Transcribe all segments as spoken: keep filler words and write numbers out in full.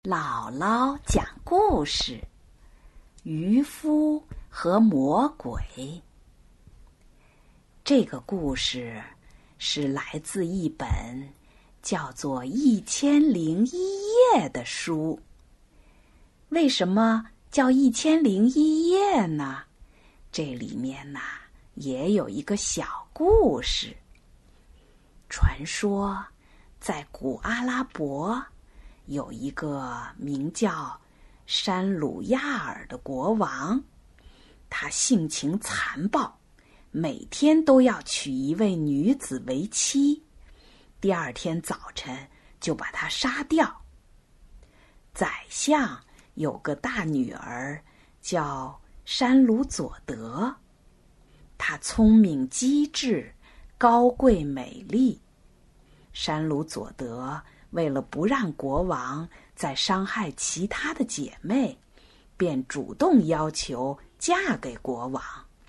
姥姥讲故事：渔夫和魔鬼。这个故事是来自一本叫做《一千零一夜》的书。为什么叫一千零一夜呢？这里面呢也有一个小故事。传说在古阿拉伯有一个名叫山鲁亚尔的国王，他性情残暴，每天都要娶一位女子为妻，第二天早晨就把她杀掉。宰相有个大女儿叫山鲁佐德，她聪明机智，高贵美丽。山鲁佐德为了不让国王再伤害其他的姐妹，便主动要求嫁给国王。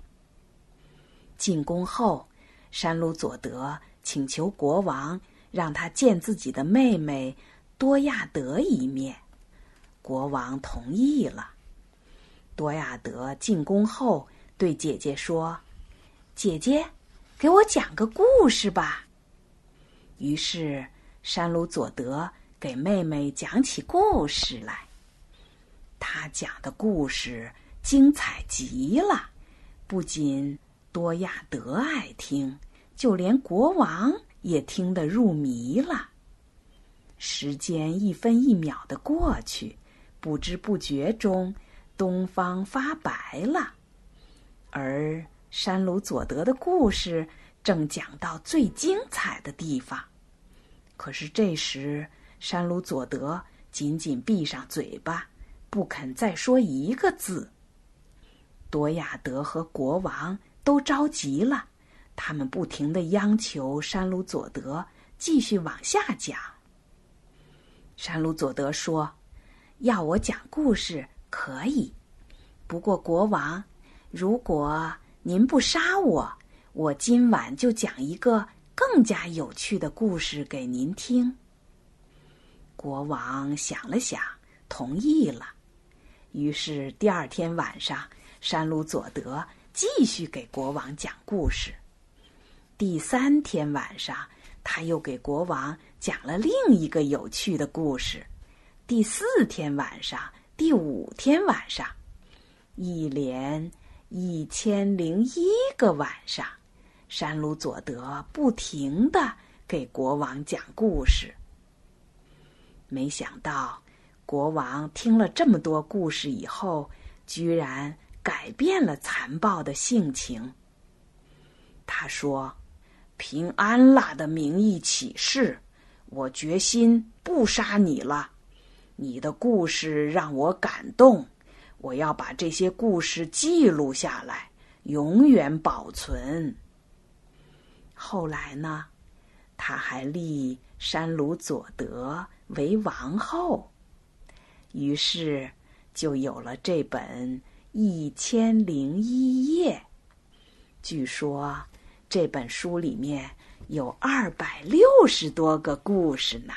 进宫后，山鲁佐德请求国王让他见自己的妹妹多亚德一面，国王同意了。多亚德进宫后对姐姐说：“姐姐，给我讲个故事吧。”于是山鲁佐德给妹妹讲起故事来。他讲的故事精彩极了，不仅多亚德爱听，就连国王也听得入迷了。时间一分一秒地过去，不知不觉中东方发白了，而山鲁佐德的故事正讲到最精彩的地方。可是这时山鲁佐德紧紧闭上嘴巴，不肯再说一个字。多亚德和国王都着急了，他们不停地央求山鲁佐德继续往下讲。山鲁佐德说：“要我讲故事可以，不过国王，如果您不杀我，我今晚就讲一个更加有趣的故事给您听。”国王想了想，同意了。于是第二天晚上，山鲁佐德继续给国王讲故事。第三天晚上，他又给国王讲了另一个有趣的故事。第四天晚上，第五天晚上，一连一千零一个晚上，山鲁佐德不停地给国王讲故事。没想到国王听了这么多故事以后，居然改变了残暴的性情。他说：“凭安拉的名义起誓，我决心不杀你了。你的故事让我感动，我要把这些故事记录下来，永远保存。”后来呢，他还立山鲁佐德为王后，于是就有了这本《一千零一夜》。据说这本书里面有二百六十多个故事呢。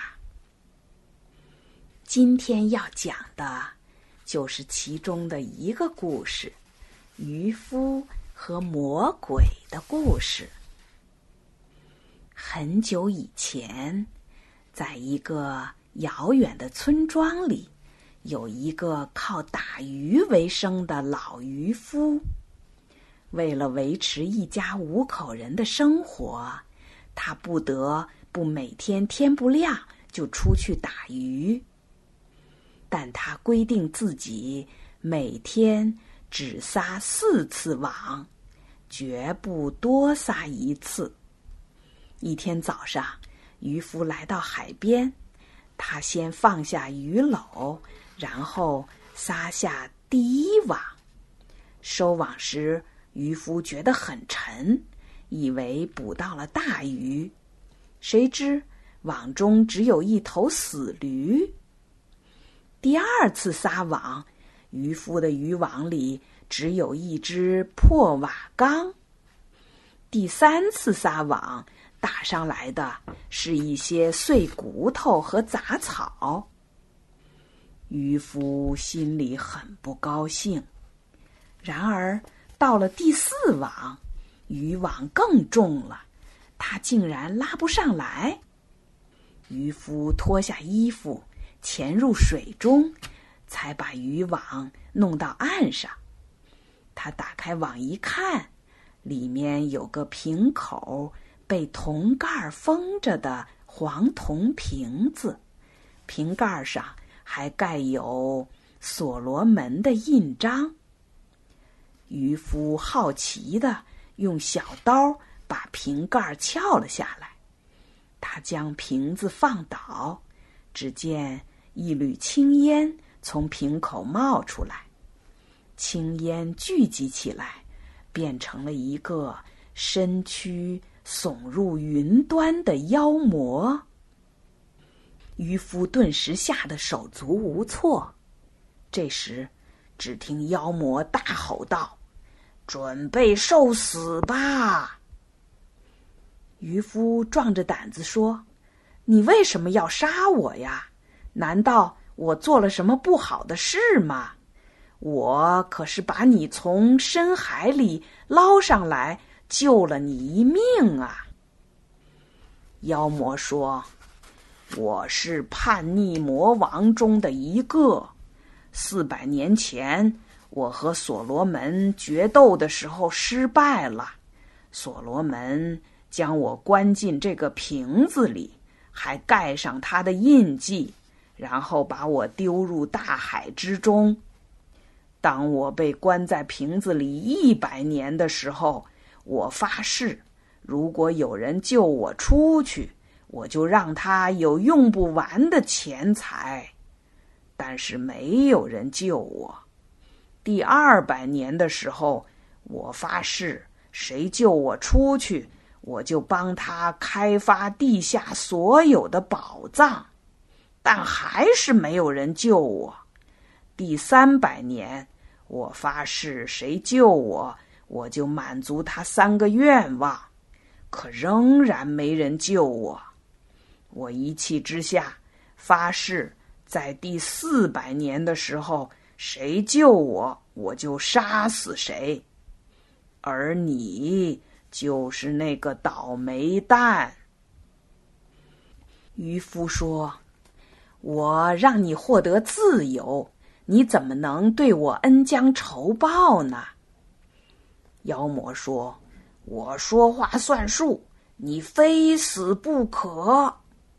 今天要讲的就是其中的一个故事，渔夫和魔鬼的故事。很久以前，在一个遥远的村庄里，有一个靠打鱼为生的老渔夫。为了维持一家五口人的生活，他不得不每天天不亮就出去打鱼。但他规定自己每天只撒四次网，绝不多撒一次。一天早上，渔夫来到海边，他先放下鱼篓，然后撒下第一网。收网时，渔夫觉得很沉，以为捕到了大鱼，谁知网中只有一头死驴。第二次撒网，渔夫的渔网里只有一只破瓦缸。第三次撒网，打上来的是一些碎骨头和杂草。 渔夫心里很不高兴。然而到了第四网，渔网更重了，他竟然拉不上来。渔夫脱下衣服，潜入水中，才把渔网弄到岸上。他打开网一看，里面有个瓶口被铜盖封着的黄铜瓶子，瓶盖上还盖有所罗门的印章。渔夫好奇地用小刀把瓶盖撬了下来，他将瓶子放倒，只见一缕青烟从瓶口冒出来，青烟聚集起来，变成了一个身躯耸入云端的妖魔。渔夫顿时吓得手足无措。这时，只听妖魔大吼道：“准备受死吧！”渔夫壮着胆子说：“你为什么要杀我呀？难道我做了什么不好的事吗？我可是把你从深海里捞上来，救了你一命啊！”妖魔说：“我是叛逆魔王中的一个。四百年前，我和所罗门决斗的时候失败了，所罗门将我关进这个瓶子里，还盖上他的印记，然后把我丢入大海之中。当我被关在瓶子里一百年的时候，我发誓，如果有人救我出去，我就让他有用不完的钱财。但是没有人救我。第二百年的时候，我发誓，谁救我出去，我就帮他开发地下所有的宝藏。但还是没有人救我。第三百年，我发誓，谁救我，我就满足他三个愿望。可仍然没人救我。我一气之下发誓，在第四百年的时候，谁救我，我就杀死谁。而你就是那个倒霉蛋。”渔夫说：“我让你获得自由，你怎么能对我恩将仇报呢？”妖魔说：“我说话算数，你非死不可。”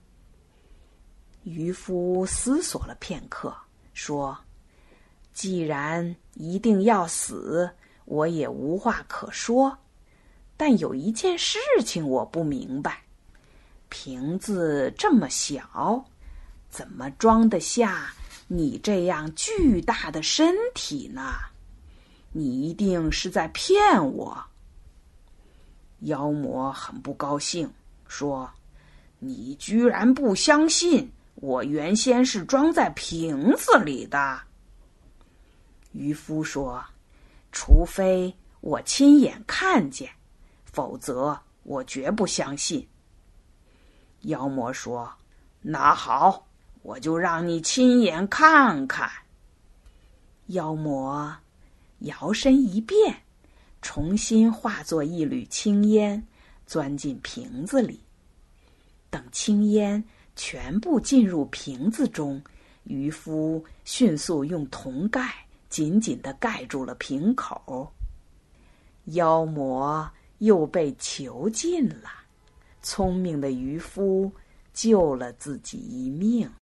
渔夫思索了片刻，说：“既然一定要死，我也无话可说。但有一件事情我不明白，瓶子这么小，怎么装得下你这样巨大的身体呢？你一定是在骗我。”妖魔很不高兴，说：“你居然不相信我原先是装在瓶子里的。”渔夫说：“除非我亲眼看见，否则我绝不相信。”妖魔说：“那好，我就让你亲眼看看。”妖魔摇身一变，重新化作一缕青烟，钻进瓶子里。等青烟全部进入瓶子中，渔夫迅速用铜盖紧紧地盖住了瓶口。妖魔又被囚禁了，聪明的渔夫救了自己一命。